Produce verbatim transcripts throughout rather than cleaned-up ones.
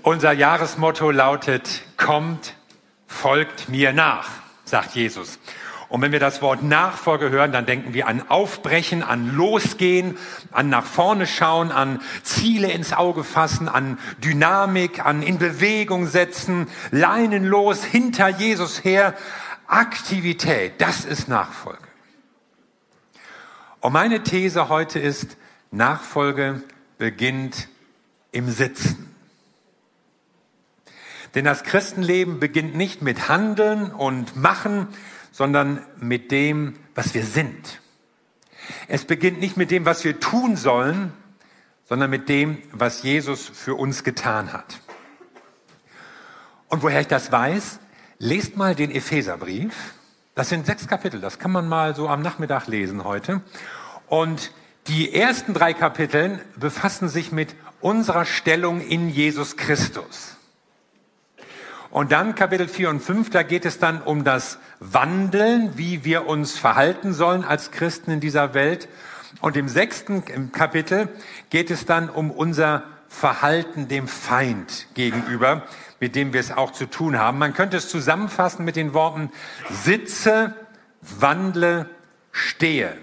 Unser Jahresmotto lautet, kommt, folgt mir nach, sagt Jesus. Und wenn wir das Wort Nachfolge hören, dann denken wir an Aufbrechen, an Losgehen, an nach vorne schauen, an Ziele ins Auge fassen, an Dynamik, an in Bewegung setzen, leinenlos hinter Jesus her. Aktivität, das ist Nachfolge. Und meine These heute ist, Nachfolge beginnt im Sitzen. Denn das Christenleben beginnt nicht mit Handeln und Machen, sondern mit dem, was wir sind. Es beginnt nicht mit dem, was wir tun sollen, sondern mit dem, was Jesus für uns getan hat. Und woher ich das weiß, lest mal den Epheserbrief. Das sind sechs Kapitel, das kann man mal so am Nachmittag lesen heute. Und die ersten drei Kapitel befassen sich mit unserer Stellung in Jesus Christus. Und dann Kapitel vier und fünf, da geht es dann um das Wandeln, wie wir uns verhalten sollen als Christen in dieser Welt. Und im sechsten Kapitel geht es dann um unser Verhalten dem Feind gegenüber, mit dem wir es auch zu tun haben. Man könnte es zusammenfassen mit den Worten sitze, wandle, stehe.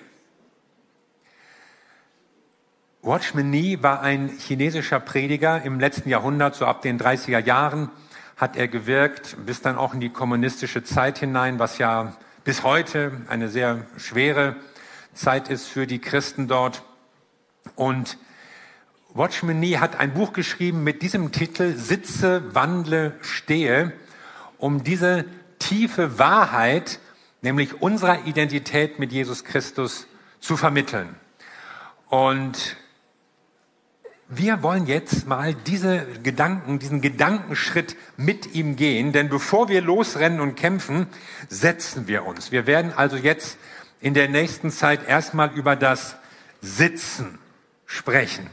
Watchman Nee war ein chinesischer Prediger im letzten Jahrhundert, so ab den dreißiger Jahren. Hat er gewirkt, bis dann auch in die kommunistische Zeit hinein, was ja bis heute eine sehr schwere Zeit ist für die Christen dort. Und Watchman Nee hat ein Buch geschrieben mit diesem Titel Sitze, wandle, stehe, um diese tiefe Wahrheit, nämlich unserer Identität mit Jesus Christus, zu vermitteln. Und wir wollen jetzt mal diese Gedanken, diesen Gedankenschritt mit ihm gehen, denn bevor wir losrennen und kämpfen, setzen wir uns. Wir werden also jetzt in der nächsten Zeit erstmal über das Sitzen sprechen.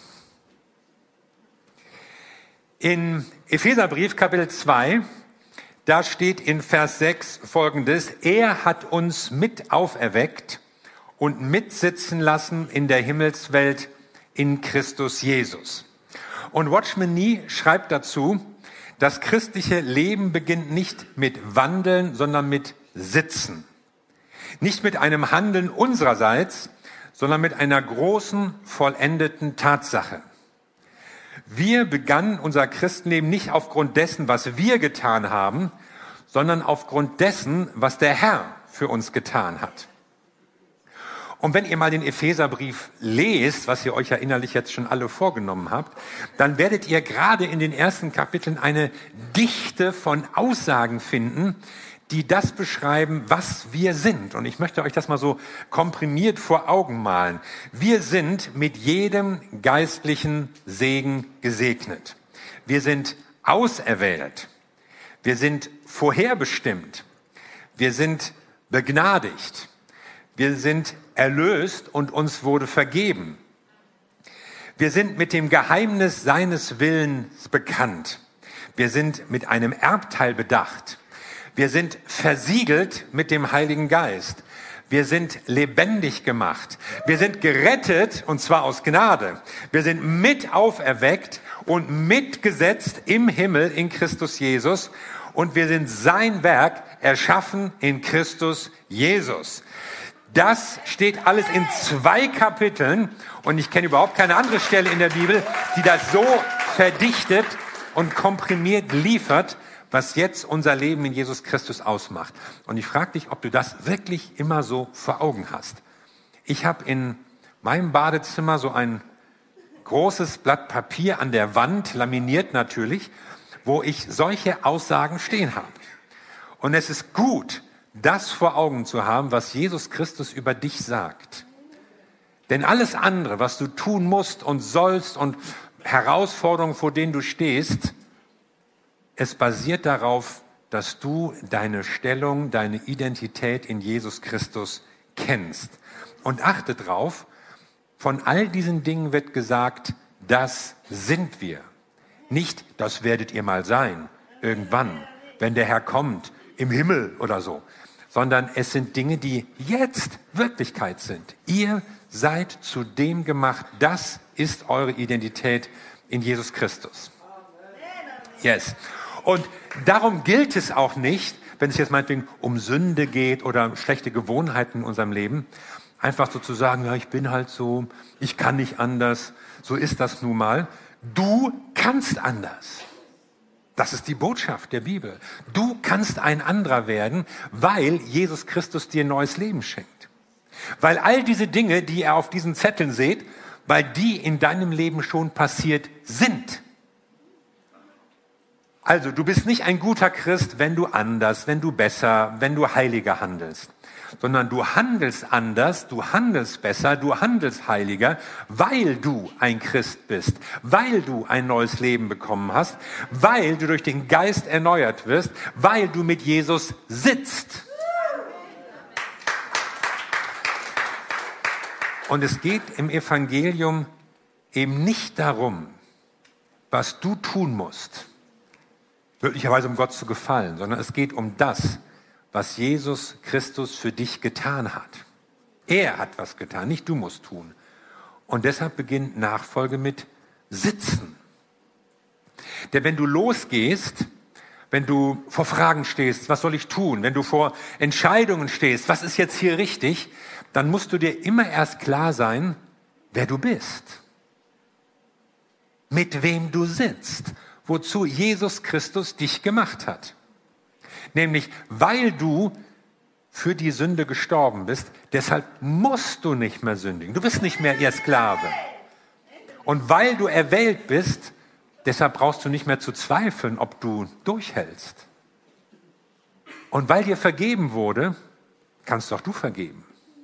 In Epheserbrief Kapitel zwei, da steht in Vers sechs Folgendes: Er hat uns mit auferweckt und mitsitzen lassen in der Himmelswelt in Christus Jesus. Und Watchman Nee schreibt dazu, das christliche Leben beginnt nicht mit Wandeln, sondern mit Sitzen. Nicht mit einem Handeln unsererseits, sondern mit einer großen, vollendeten Tatsache. Wir begannen unser Christenleben nicht aufgrund dessen, was wir getan haben, sondern aufgrund dessen, was der Herr für uns getan hat. Und wenn ihr mal den Epheserbrief lest, was ihr euch ja innerlich jetzt schon alle vorgenommen habt, dann werdet ihr gerade in den ersten Kapiteln eine Dichte von Aussagen finden, die das beschreiben, was wir sind. Und ich möchte euch das mal so komprimiert vor Augen malen. Wir sind mit jedem geistlichen Segen gesegnet. Wir sind auserwählt. Wir sind vorherbestimmt. Wir sind begnadigt. Wir sind erlöst und uns wurde vergeben. Wir sind mit dem Geheimnis seines Willens bekannt. Wir sind mit einem Erbteil bedacht. Wir sind versiegelt mit dem Heiligen Geist. Wir sind lebendig gemacht. Wir sind gerettet, und zwar aus Gnade. Wir sind mit auferweckt und mitgesetzt im Himmel in Christus Jesus. Und wir sind sein Werk, erschaffen in Christus Jesus. Das steht alles in zwei Kapiteln und ich kenne überhaupt keine andere Stelle in der Bibel, die das so verdichtet und komprimiert liefert, was jetzt unser Leben in Jesus Christus ausmacht. Und ich frage dich, ob du das wirklich immer so vor Augen hast. Ich habe in meinem Badezimmer so ein großes Blatt Papier an der Wand, laminiert natürlich, wo ich solche Aussagen stehen habe. Und es ist gut, das vor Augen zu haben, was Jesus Christus über dich sagt. Denn alles andere, was du tun musst und sollst und Herausforderungen, vor denen du stehst, es basiert darauf, dass du deine Stellung, deine Identität in Jesus Christus kennst. Und achte drauf, von all diesen Dingen wird gesagt, das sind wir. Nicht, das werdet ihr mal sein, irgendwann, wenn der Herr kommt, im Himmel oder so. Sondern es sind Dinge, die jetzt Wirklichkeit sind. Ihr seid zu dem gemacht, das ist eure Identität in Jesus Christus. Yes. Und darum gilt es auch nicht, wenn es jetzt meinetwegen um Sünde geht oder schlechte Gewohnheiten in unserem Leben, einfach so zu sagen, ja, ich bin halt so, ich kann nicht anders, so ist das nun mal. Du kannst anders. Das ist die Botschaft der Bibel. Du kannst ein anderer werden, weil Jesus Christus dir ein neues Leben schenkt. Weil all diese Dinge, die ihr auf diesen Zetteln seht, weil die in deinem Leben schon passiert sind. Also, du bist nicht ein guter Christ, wenn du anders, wenn du besser, wenn du heiliger handelst, sondern du handelst anders, du handelst besser, du handelst heiliger, weil du ein Christ bist, weil du ein neues Leben bekommen hast, weil du durch den Geist erneuert wirst, weil du mit Jesus sitzt. Und es geht im Evangelium eben nicht darum, was du tun musst, möglicherweise um Gott zu gefallen, sondern es geht um das, was Jesus Christus für dich getan hat. Er hat was getan, nicht du musst tun. Und deshalb beginnt Nachfolge mit Sitzen. Denn wenn du losgehst, wenn du vor Fragen stehst, was soll ich tun? Wenn du vor Entscheidungen stehst, was ist jetzt hier richtig? Dann musst du dir immer erst klar sein, wer du bist. Mit wem du sitzt. Wozu Jesus Christus dich gemacht hat. Nämlich, weil du für die Sünde gestorben bist, deshalb musst du nicht mehr sündigen. Du bist nicht mehr ihr Sklave. Und weil du erwählt bist, deshalb brauchst du nicht mehr zu zweifeln, ob du durchhältst. Und weil dir vergeben wurde, kannst auch du vergeben.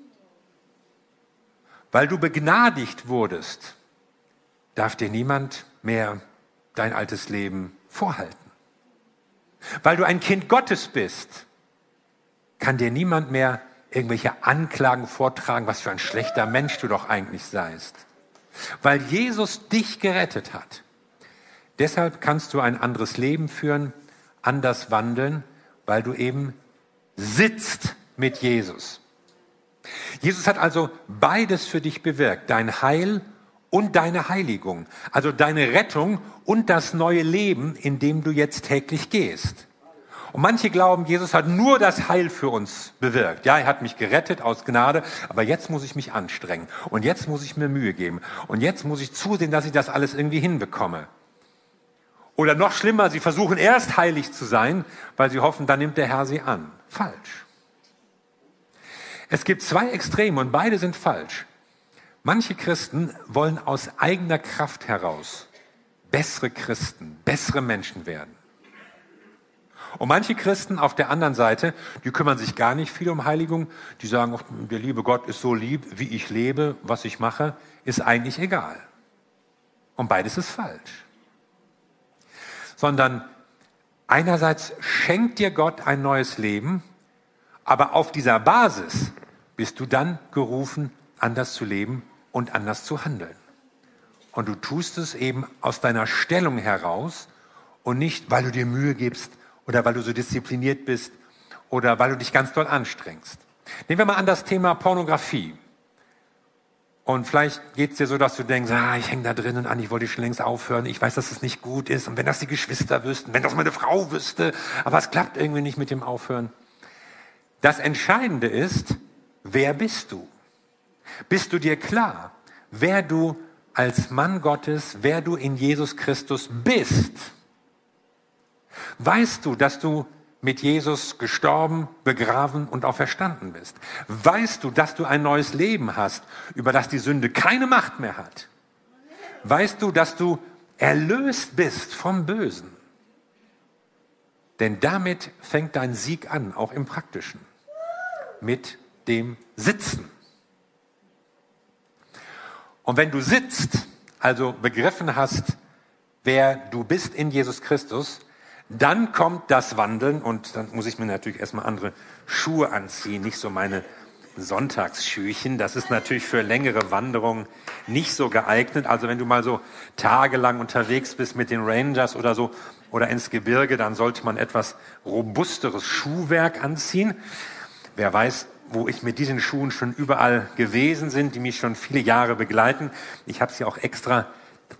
Weil du begnadigt wurdest, darf dir niemand mehr dein altes Leben vorhalten. Weil du ein Kind Gottes bist, kann dir niemand mehr irgendwelche Anklagen vortragen, was für ein schlechter Mensch du doch eigentlich seist. Weil Jesus dich gerettet hat. Deshalb kannst du ein anderes Leben führen, anders wandeln, weil du eben sitzt mit Jesus. Jesus hat also beides für dich bewirkt, dein Heil und deine Heiligung, also deine Rettung und das neue Leben, in dem du jetzt täglich gehst. Und manche glauben, Jesus hat nur das Heil für uns bewirkt. Ja, er hat mich gerettet aus Gnade, aber jetzt muss ich mich anstrengen und jetzt muss ich mir Mühe geben und jetzt muss ich zusehen, dass ich das alles irgendwie hinbekomme. Oder noch schlimmer, sie versuchen erst heilig zu sein, weil sie hoffen, dann nimmt der Herr sie an. Falsch. Es gibt zwei Extreme und beide sind falsch. Manche Christen wollen aus eigener Kraft heraus bessere Christen, bessere Menschen werden. Und manche Christen auf der anderen Seite, die kümmern sich gar nicht viel um Heiligung. Die sagen, ach, der liebe Gott ist so lieb, wie ich lebe, was ich mache, ist eigentlich egal. Und beides ist falsch. Sondern einerseits schenkt dir Gott ein neues Leben, aber auf dieser Basis bist du dann gerufen, anders zu leben und anders zu handeln. Und du tust es eben aus deiner Stellung heraus und nicht, weil du dir Mühe gibst oder weil du so diszipliniert bist oder weil du dich ganz doll anstrengst. Nehmen wir mal an das Thema Pornografie. Und vielleicht geht es dir so, dass du denkst, ah, ich hänge da drinnen an, ich wollte schon längst aufhören, ich weiß, dass es nicht gut ist. Und wenn das die Geschwister wüssten, wenn das meine Frau wüsste, aber es klappt irgendwie nicht mit dem Aufhören. Das Entscheidende ist, wer bist du? Bist du dir klar, wer du als Mann Gottes, wer du in Jesus Christus bist? Weißt du, dass du mit Jesus gestorben, begraben und auferstanden bist? Weißt du, dass du ein neues Leben hast, über das die Sünde keine Macht mehr hat? Weißt du, dass du erlöst bist vom Bösen? Denn damit fängt dein Sieg an, auch im Praktischen, mit dem Sitzen. Und wenn du sitzt, also begriffen hast, wer du bist in Jesus Christus, dann kommt das Wandeln und dann muss ich mir natürlich erstmal andere Schuhe anziehen, nicht so meine Sonntagsschüchen. Das ist natürlich für längere Wanderungen nicht so geeignet. Also wenn du mal so tagelang unterwegs bist mit den Rangers oder so oder ins Gebirge, dann sollte man etwas robusteres Schuhwerk anziehen. Wer weiß, wo ich mit diesen Schuhen schon überall gewesen bin, die mich schon viele Jahre begleiten. Ich habe sie auch extra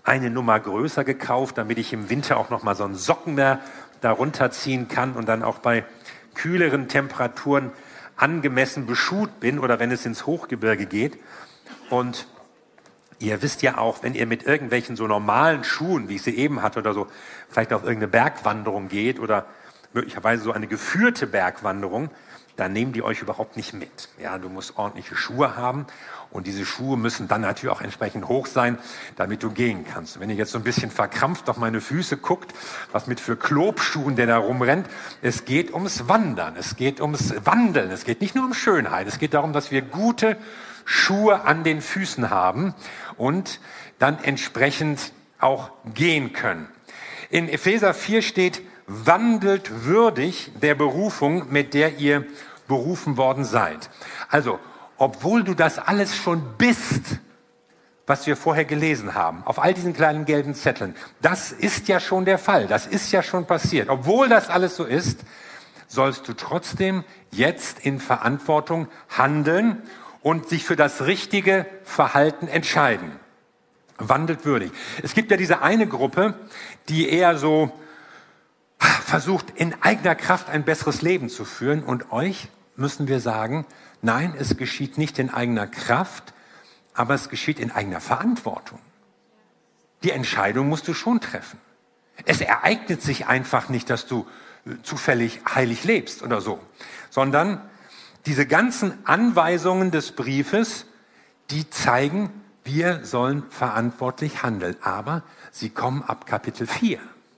eine Nummer größer gekauft, damit ich im Winter auch noch mal so einen Socken da, da runterziehen kann und dann auch bei kühleren Temperaturen angemessen beschut bin oder wenn es ins Hochgebirge geht. Und ihr wisst ja auch, wenn ihr mit irgendwelchen so normalen Schuhen, wie ich sie eben hatte oder so, vielleicht auf irgendeine Bergwanderung geht oder möglicherweise so eine geführte Bergwanderung, dann nehmen die euch überhaupt nicht mit. Ja, du musst ordentliche Schuhe haben und diese Schuhe müssen dann natürlich auch entsprechend hoch sein, damit du gehen kannst. Und wenn ihr jetzt so ein bisschen verkrampft auf meine Füße guckt, was mit für Klobschuhen der da rumrennt, es geht ums Wandern, es geht ums Wandeln, es geht nicht nur um Schönheit, es geht darum, dass wir gute Schuhe an den Füßen haben und dann entsprechend auch gehen können. In Epheser vier steht, wandelt würdig der Berufung, mit der ihr berufen worden seid. Also, obwohl du das alles schon bist, was wir vorher gelesen haben, auf all diesen kleinen gelben Zetteln, das ist ja schon der Fall, das ist ja schon passiert. Obwohl das alles so ist, sollst du trotzdem jetzt in Verantwortung handeln und sich für das richtige Verhalten entscheiden. Wandelt würdig. Es gibt ja diese eine Gruppe, die eher so versucht, in eigener Kraft ein besseres Leben zu führen. Und euch müssen wir sagen, nein, es geschieht nicht in eigener Kraft, aber es geschieht in eigener Verantwortung. Die Entscheidung musst du schon treffen. Es ereignet sich einfach nicht, dass du zufällig heilig lebst oder so, sondern diese ganzen Anweisungen des Briefes, die zeigen, wir sollen verantwortlich handeln. Aber sie kommen ab Kapitel vier.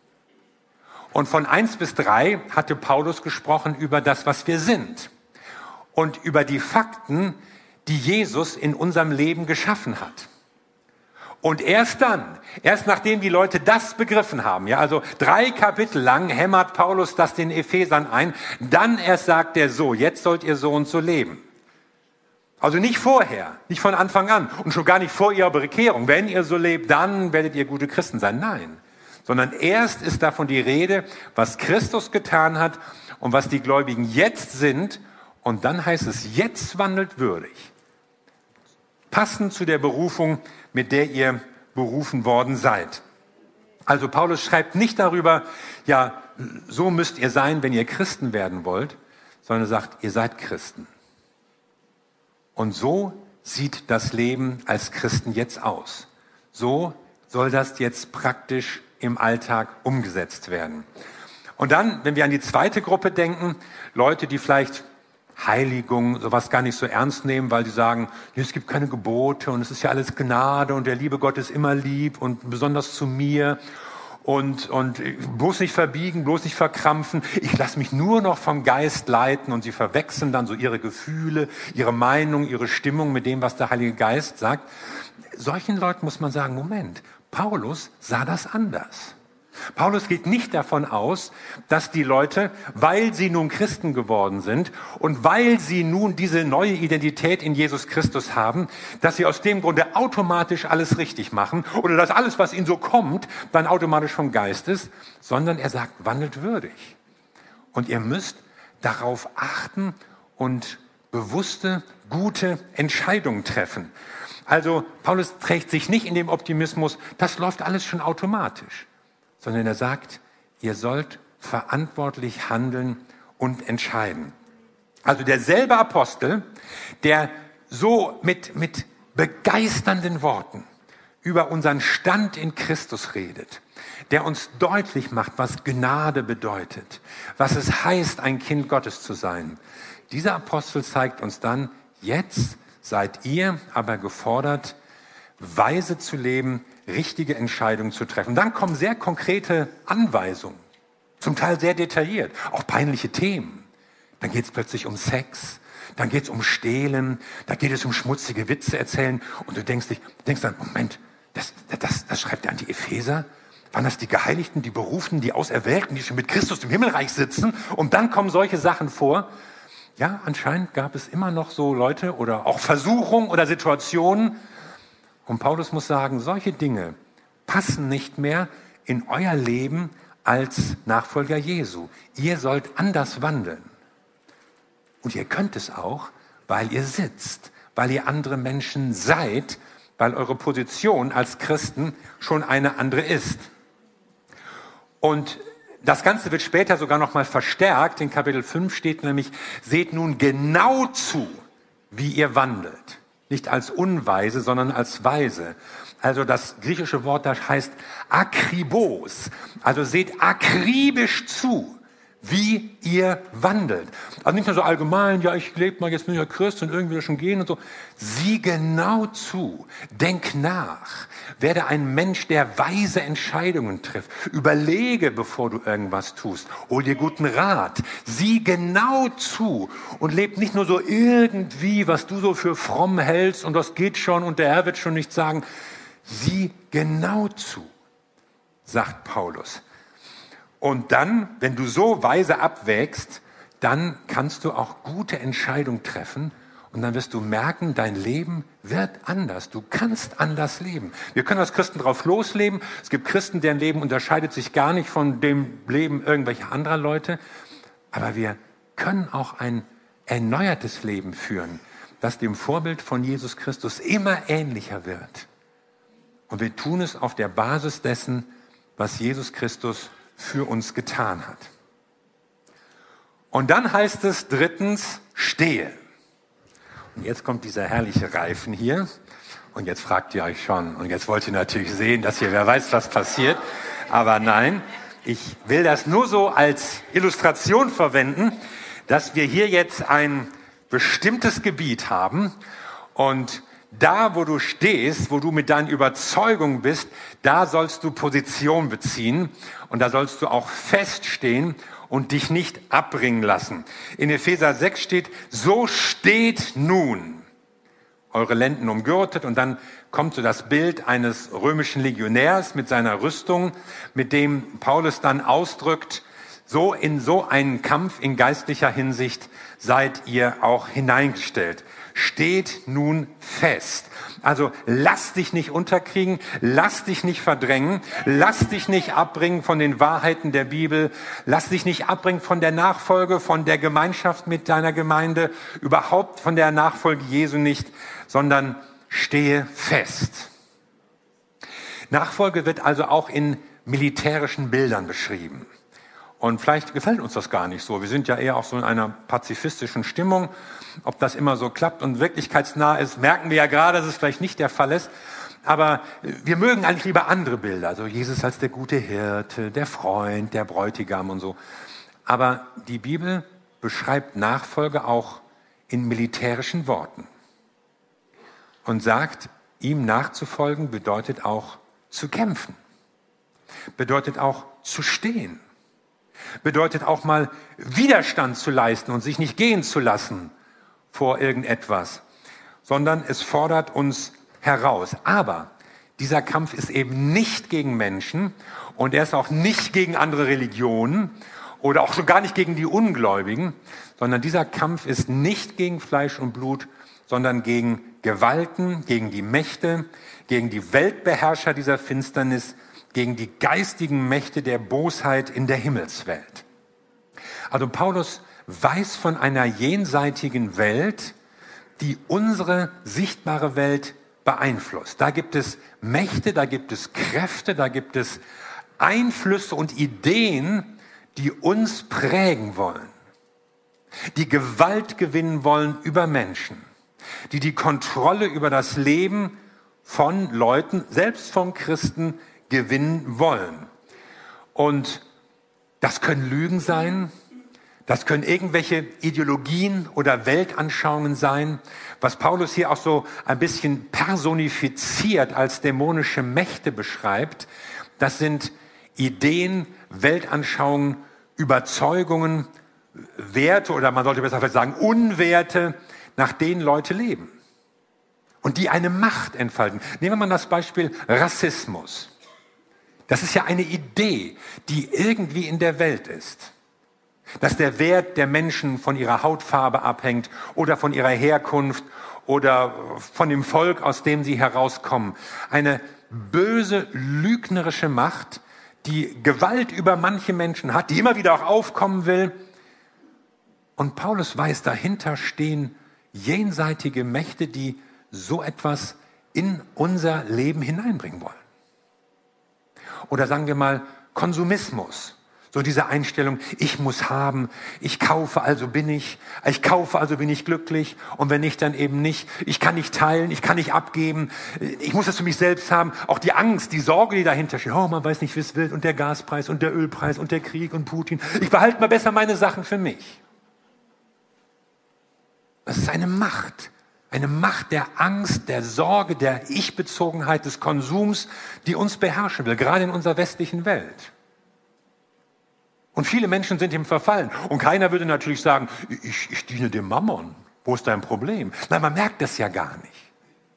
Und von eins bis drei hatte Paulus gesprochen über das, was wir sind. Und über die Fakten, die Jesus in unserem Leben geschaffen hat. Und erst dann, erst nachdem die Leute das begriffen haben, ja, also drei Kapitel lang hämmert Paulus das den Ephesern ein, dann erst sagt er so, jetzt sollt ihr so und so leben. Also nicht vorher, nicht von Anfang an und schon gar nicht vor ihrer Bekehrung. Wenn ihr so lebt, dann werdet ihr gute Christen sein. Nein, sondern erst ist davon die Rede, was Christus getan hat und was die Gläubigen jetzt sind. Und dann heißt es, jetzt wandelt würdig. Passend zu der Berufung, mit der ihr berufen worden seid. Also Paulus schreibt nicht darüber, ja, so müsst ihr sein, wenn ihr Christen werden wollt, sondern er sagt, ihr seid Christen. Und so sieht das Leben als Christen jetzt aus. So soll das jetzt praktisch im Alltag umgesetzt werden. Und dann, wenn wir an die zweite Gruppe denken, Leute, die vielleicht Heiligung, sowas gar nicht so ernst nehmen, weil die sagen, es gibt keine Gebote und es ist ja alles Gnade und der liebe Gott ist immer lieb und besonders zu mir und, und bloß nicht verbiegen, bloß nicht verkrampfen. Ich lasse mich nur noch vom Geist leiten und sie verwechseln dann so ihre Gefühle, ihre Meinung, ihre Stimmung mit dem, was der Heilige Geist sagt. Solchen Leuten muss man sagen, Moment, Paulus sah das anders. Paulus geht nicht davon aus, dass die Leute, weil sie nun Christen geworden sind und weil sie nun diese neue Identität in Jesus Christus haben, dass sie aus dem Grunde automatisch alles richtig machen oder dass alles, was ihnen so kommt, dann automatisch vom Geist ist, sondern er sagt, wandelt würdig. Und ihr müsst darauf achten und bewusste, gute Entscheidungen treffen. Also Paulus trägt sich nicht in dem Optimismus, das läuft alles schon automatisch, sondern er sagt, ihr sollt verantwortlich handeln und entscheiden. Also derselbe Apostel, der so mit, mit begeisternden Worten über unseren Stand in Christus redet, der uns deutlich macht, was Gnade bedeutet, was es heißt, ein Kind Gottes zu sein. Dieser Apostel zeigt uns dann, jetzt seid ihr aber gefordert, weise zu leben, richtige Entscheidungen zu treffen. Dann kommen sehr konkrete Anweisungen, zum Teil sehr detailliert, auch peinliche Themen. Dann geht es plötzlich um Sex, dann geht es um Stehlen, da geht es um schmutzige Witze erzählen und du denkst dich, denkst dann, Moment, das, das, das schreibt er an die Epheser? Waren das die Geheiligten, die Berufenen, die Auserwählten, die schon mit Christus im Himmelreich sitzen? Und dann kommen solche Sachen vor. Ja, anscheinend gab es immer noch so Leute oder auch Versuchungen oder Situationen. Und Paulus muss sagen, solche Dinge passen nicht mehr in euer Leben als Nachfolger Jesu. Ihr sollt anders wandeln. Und ihr könnt es auch, weil ihr sitzt, weil ihr andere Menschen seid, weil eure Position als Christen schon eine andere ist. Und das Ganze wird später sogar noch mal verstärkt. In Kapitel fünf steht nämlich, seht nun genau zu, wie ihr wandelt. Nicht als Unweise, sondern als Weise. Also das griechische Wort, das heißt akribos. Also seht akribisch zu, wie ihr wandelt. Also nicht nur so allgemein, ja, ich lebe mal, jetzt bin ich ja Christ und irgendwie schon gehen und so. Sieh genau zu, denk nach, werde ein Mensch, der weise Entscheidungen trifft. Überlege, bevor du irgendwas tust. Hol dir guten Rat. Sieh genau zu und leb nicht nur so irgendwie, was du so für fromm hältst und das geht schon und der Herr wird schon nichts sagen. Sieh genau zu, sagt Paulus. Und dann, wenn du so weise abwägst, dann kannst du auch gute Entscheidungen treffen und dann wirst du merken, dein Leben wird anders. Du kannst anders leben. Wir können als Christen drauf losleben. Es gibt Christen, deren Leben unterscheidet sich gar nicht von dem Leben irgendwelcher anderer Leute. Aber wir können auch ein erneuertes Leben führen, das dem Vorbild von Jesus Christus immer ähnlicher wird. Und wir tun es auf der Basis dessen, was Jesus Christus für uns getan hat. Und dann heißt es drittens, stehe. Und jetzt kommt dieser herrliche Reifen hier. Und jetzt fragt ihr euch schon, und jetzt wollt ihr natürlich sehen, dass hier wer weiß, was passiert. Aber nein, ich will das nur so als Illustration verwenden, dass wir hier jetzt ein bestimmtes Gebiet haben und da, wo du stehst, wo du mit deinen Überzeugungen bist, da sollst du Position beziehen und da sollst du auch feststehen und dich nicht abbringen lassen. In Epheser sechs steht, so steht nun, eure Lenden umgürtet, und dann kommt so das Bild eines römischen Legionärs mit seiner Rüstung, mit dem Paulus dann ausdrückt, so in so einen Kampf in geistlicher Hinsicht seid ihr auch hineingestellt. Steht nun fest. Also lass dich nicht unterkriegen, lass dich nicht verdrängen, lass dich nicht abbringen von den Wahrheiten der Bibel, lass dich nicht abbringen von der Nachfolge, von der Gemeinschaft mit deiner Gemeinde, überhaupt von der Nachfolge Jesu nicht, sondern stehe fest. Nachfolge wird also auch in militärischen Bildern beschrieben. Und vielleicht gefällt uns das gar nicht so. Wir sind ja eher auch so in einer pazifistischen Stimmung. Ob das immer so klappt und wirklichkeitsnah ist, merken wir ja gerade, dass es vielleicht nicht der Fall ist. Aber wir mögen eigentlich lieber andere Bilder. Also Jesus als der gute Hirte, der Freund, der Bräutigam und so. Aber die Bibel beschreibt Nachfolge auch in militärischen Worten. Und sagt, ihm nachzufolgen bedeutet auch zu kämpfen. Bedeutet auch zu stehen. Bedeutet auch mal Widerstand zu leisten und sich nicht gehen zu lassen vor irgendetwas, sondern es fordert uns heraus. Aber dieser Kampf ist eben nicht gegen Menschen und er ist auch nicht gegen andere Religionen oder auch schon gar nicht gegen die Ungläubigen, sondern dieser Kampf ist nicht gegen Fleisch und Blut, sondern gegen Gewalten, gegen die Mächte, gegen die Weltbeherrscher dieser Finsternis, gegen die geistigen Mächte der Bosheit in der Himmelswelt. Also Paulus weiß von einer jenseitigen Welt, die unsere sichtbare Welt beeinflusst. Da gibt es Mächte, da gibt es Kräfte, da gibt es Einflüsse und Ideen, die uns prägen wollen, die Gewalt gewinnen wollen über Menschen, die die Kontrolle über das Leben von Leuten, selbst von Christen, gewinnen wollen. Und das können Lügen sein, das können irgendwelche Ideologien oder Weltanschauungen sein, was Paulus hier auch so ein bisschen personifiziert als dämonische Mächte beschreibt. Das sind Ideen, Weltanschauungen, Überzeugungen, Werte oder man sollte besser sagen Unwerte, nach denen Leute leben und die eine Macht entfalten. Nehmen wir mal das Beispiel Rassismus. Das ist ja eine Idee, die irgendwie in der Welt ist. Dass der Wert der Menschen von ihrer Hautfarbe abhängt oder von ihrer Herkunft oder von dem Volk, aus dem sie herauskommen. Eine böse, lügnerische Macht, die Gewalt über manche Menschen hat, die immer wieder auch aufkommen will. Und Paulus weiß, dahinter stehen jenseitige Mächte, die so etwas in unser Leben hineinbringen wollen. Oder sagen wir mal Konsumismus. So diese Einstellung, ich muss haben, ich kaufe, also bin ich, ich kaufe, also bin ich glücklich und wenn nicht, dann eben nicht. Ich kann nicht teilen, ich kann nicht abgeben, ich muss das für mich selbst haben. Auch die Angst, die Sorge, die dahinter steht, oh, man weiß nicht, wie es wird und der Gaspreis und der Ölpreis und der Krieg und Putin. Ich behalte mal besser meine Sachen für mich. Das ist eine Macht, eine Macht der Angst, der Sorge, der Ich-Bezogenheit, des Konsums, die uns beherrschen will, gerade in unserer westlichen Welt. Und viele Menschen sind ihm verfallen. Und keiner würde natürlich sagen, ich, ich diene dem Mammon. Wo ist dein Problem? Nein, man merkt das ja gar nicht.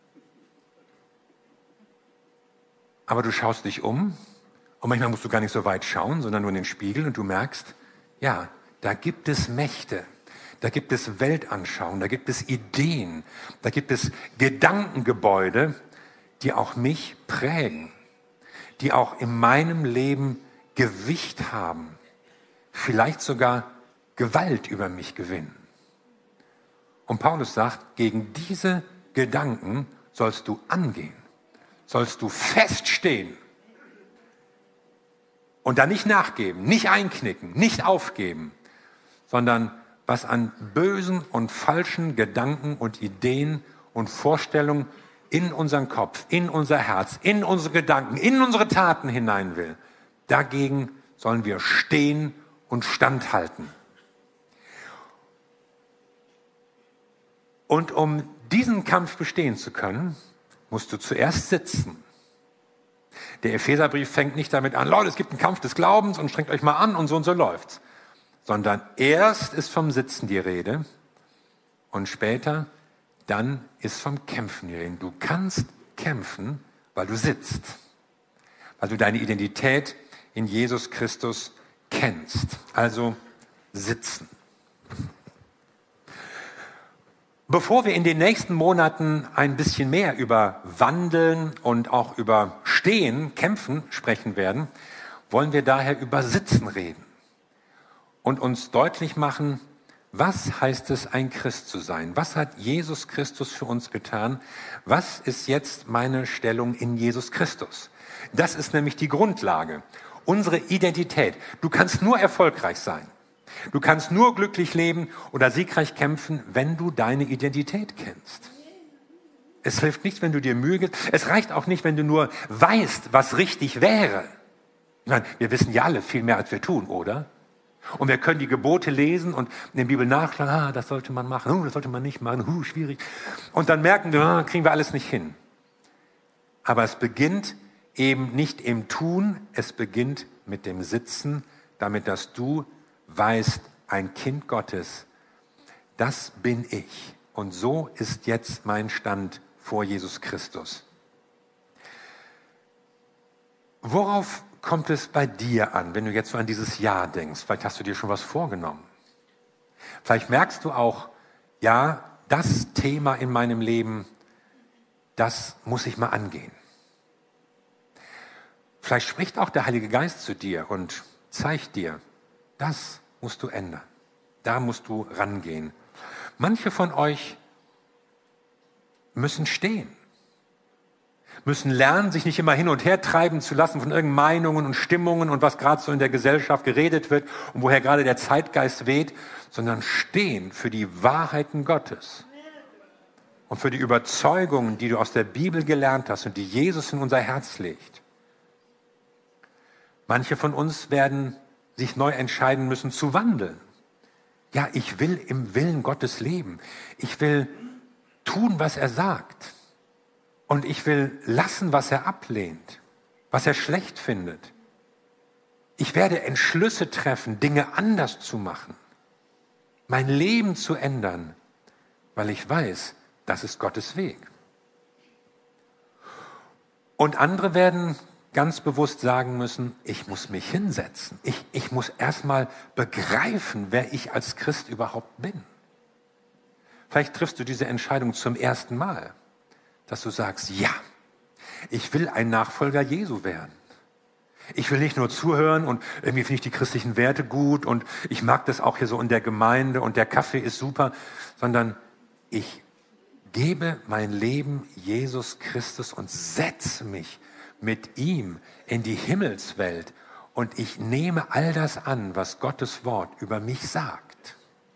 Aber du schaust dich um und manchmal musst du gar nicht so weit schauen, sondern nur in den Spiegel und du merkst, ja, da gibt es Mächte, da gibt es Weltanschauungen, da gibt es Ideen, da gibt es Gedankengebäude, die auch mich prägen, die auch in meinem Leben Gewicht haben. Vielleicht sogar Gewalt über mich gewinnen. Und Paulus sagt, gegen diese Gedanken sollst du angehen, sollst du feststehen und da nicht nachgeben, nicht einknicken, nicht aufgeben, sondern was an bösen und falschen Gedanken und Ideen und Vorstellungen in unseren Kopf, in unser Herz, in unsere Gedanken, in unsere Taten hinein will, dagegen sollen wir stehen und standhalten. Und um diesen Kampf bestehen zu können, musst du zuerst sitzen. Der Epheserbrief fängt nicht damit an, Leute, es gibt einen Kampf des Glaubens und strengt euch mal an und so und so läuft's. Sondern erst ist vom Sitzen die Rede und später dann ist vom Kämpfen die Rede. Du kannst kämpfen, weil du sitzt, weil du deine Identität in Jesus Christus kennst, also sitzen. Bevor wir in den nächsten Monaten ein bisschen mehr über Wandeln und auch über Stehen, Kämpfen sprechen werden, wollen wir daher über Sitzen reden und uns deutlich machen, was heißt es, ein Christ zu sein? Was hat Jesus Christus für uns getan? Was ist jetzt meine Stellung in Jesus Christus? Das ist nämlich die Grundlage. Unsere Identität. Du kannst nur erfolgreich sein. Du kannst nur glücklich leben oder siegreich kämpfen, wenn du deine Identität kennst. Es hilft nicht, wenn du dir Mühe gibst. Es reicht auch nicht, wenn du nur weißt, was richtig wäre. Ich meine, wir wissen ja alle viel mehr, als wir tun, oder? Und wir können die Gebote lesen und in der Bibel nachschlagen, ah, das sollte man machen, oh, das sollte man nicht machen, huh, schwierig. Und dann merken wir, ah, kriegen wir alles nicht hin. Aber es beginnt eben nicht im Tun, es beginnt mit dem Sitzen, damit dass du weißt, ein Kind Gottes, das bin ich. Und so ist jetzt mein Stand vor Jesus Christus. Worauf kommt es bei dir an, wenn du jetzt so an dieses Jahr denkst? Vielleicht hast du dir schon was vorgenommen. Vielleicht merkst du auch, ja, das Thema in meinem Leben, das muss ich mal angehen. Vielleicht spricht auch der Heilige Geist zu dir und zeigt dir, das musst du ändern. Da musst du rangehen. Manche von euch müssen stehen, müssen lernen, sich nicht immer hin und her treiben zu lassen von irgendwelchen Meinungen und Stimmungen und was gerade so in der Gesellschaft geredet wird und woher gerade der Zeitgeist weht, sondern stehen für die Wahrheiten Gottes und für die Überzeugungen, die du aus der Bibel gelernt hast und die Jesus in unser Herz legt. Manche von uns werden sich neu entscheiden müssen zu wandeln. Ja, ich will im Willen Gottes leben. Ich will tun, was er sagt. Und ich will lassen, was er ablehnt, was er schlecht findet. Ich werde Entschlüsse treffen, Dinge anders zu machen, mein Leben zu ändern, weil ich weiß, das ist Gottes Weg. Und andere werden ganz bewusst sagen müssen, ich muss mich hinsetzen. Ich, ich muss erstmal begreifen, wer ich als Christ überhaupt bin. Vielleicht triffst du diese Entscheidung zum ersten Mal, dass du sagst, ja, ich will ein Nachfolger Jesu werden. Ich will nicht nur zuhören und irgendwie finde ich die christlichen Werte gut und ich mag das auch hier so in der Gemeinde und der Kaffee ist super, sondern ich gebe mein Leben Jesus Christus und setze mich mit ihm in die Himmelswelt und ich nehme all das an, was Gottes Wort über mich sagt.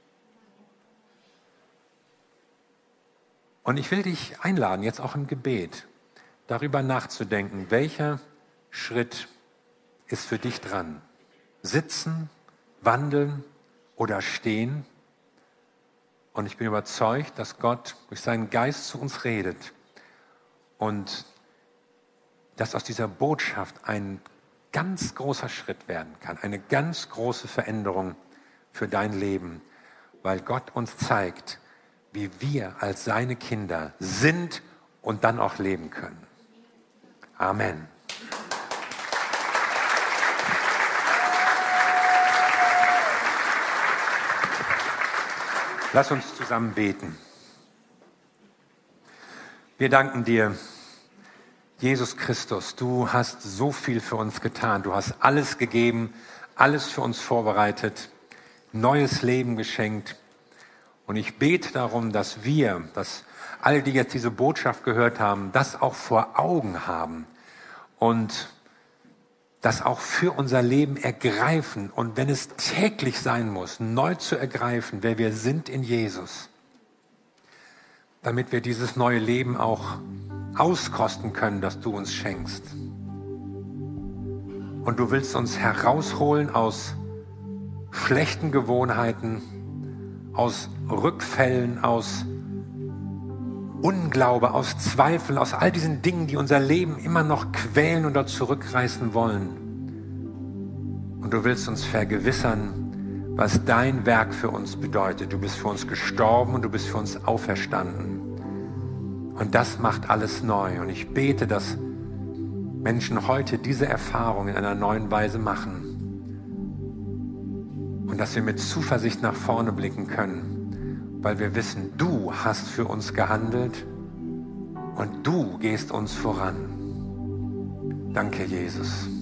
Und ich will dich einladen, jetzt auch im Gebet, darüber nachzudenken, welcher Schritt ist für dich dran? Sitzen, wandeln oder stehen? Und ich bin überzeugt, dass Gott durch seinen Geist zu uns redet und dass aus dieser Botschaft ein ganz großer Schritt werden kann, eine ganz große Veränderung für dein Leben, weil Gott uns zeigt, wie wir als seine Kinder sind und dann auch leben können. Amen. Lass uns zusammen beten. Wir danken dir, Jesus Christus, du hast so viel für uns getan. Du hast alles gegeben, alles für uns vorbereitet, neues Leben geschenkt. Und ich bete darum, dass wir, dass alle, die jetzt diese Botschaft gehört haben, das auch vor Augen haben und das auch für unser Leben ergreifen und wenn es täglich sein muss, neu zu ergreifen, wer wir sind in Jesus, damit wir dieses neue Leben auch auskosten können, das du uns schenkst. Und du willst uns herausholen aus schlechten Gewohnheiten, aus Rückfällen, aus Unglaube, aus Zweifel, aus all diesen Dingen, die unser Leben immer noch quälen oder zurückreißen wollen. Und du willst uns vergewissern, was dein Werk für uns bedeutet. Du bist für uns gestorben und du bist für uns auferstanden. Und das macht alles neu. Und ich bete, dass Menschen heute diese Erfahrung in einer neuen Weise machen. Und dass wir mit Zuversicht nach vorne blicken können. Weil wir wissen, du hast für uns gehandelt und du gehst uns voran. Danke, Jesus.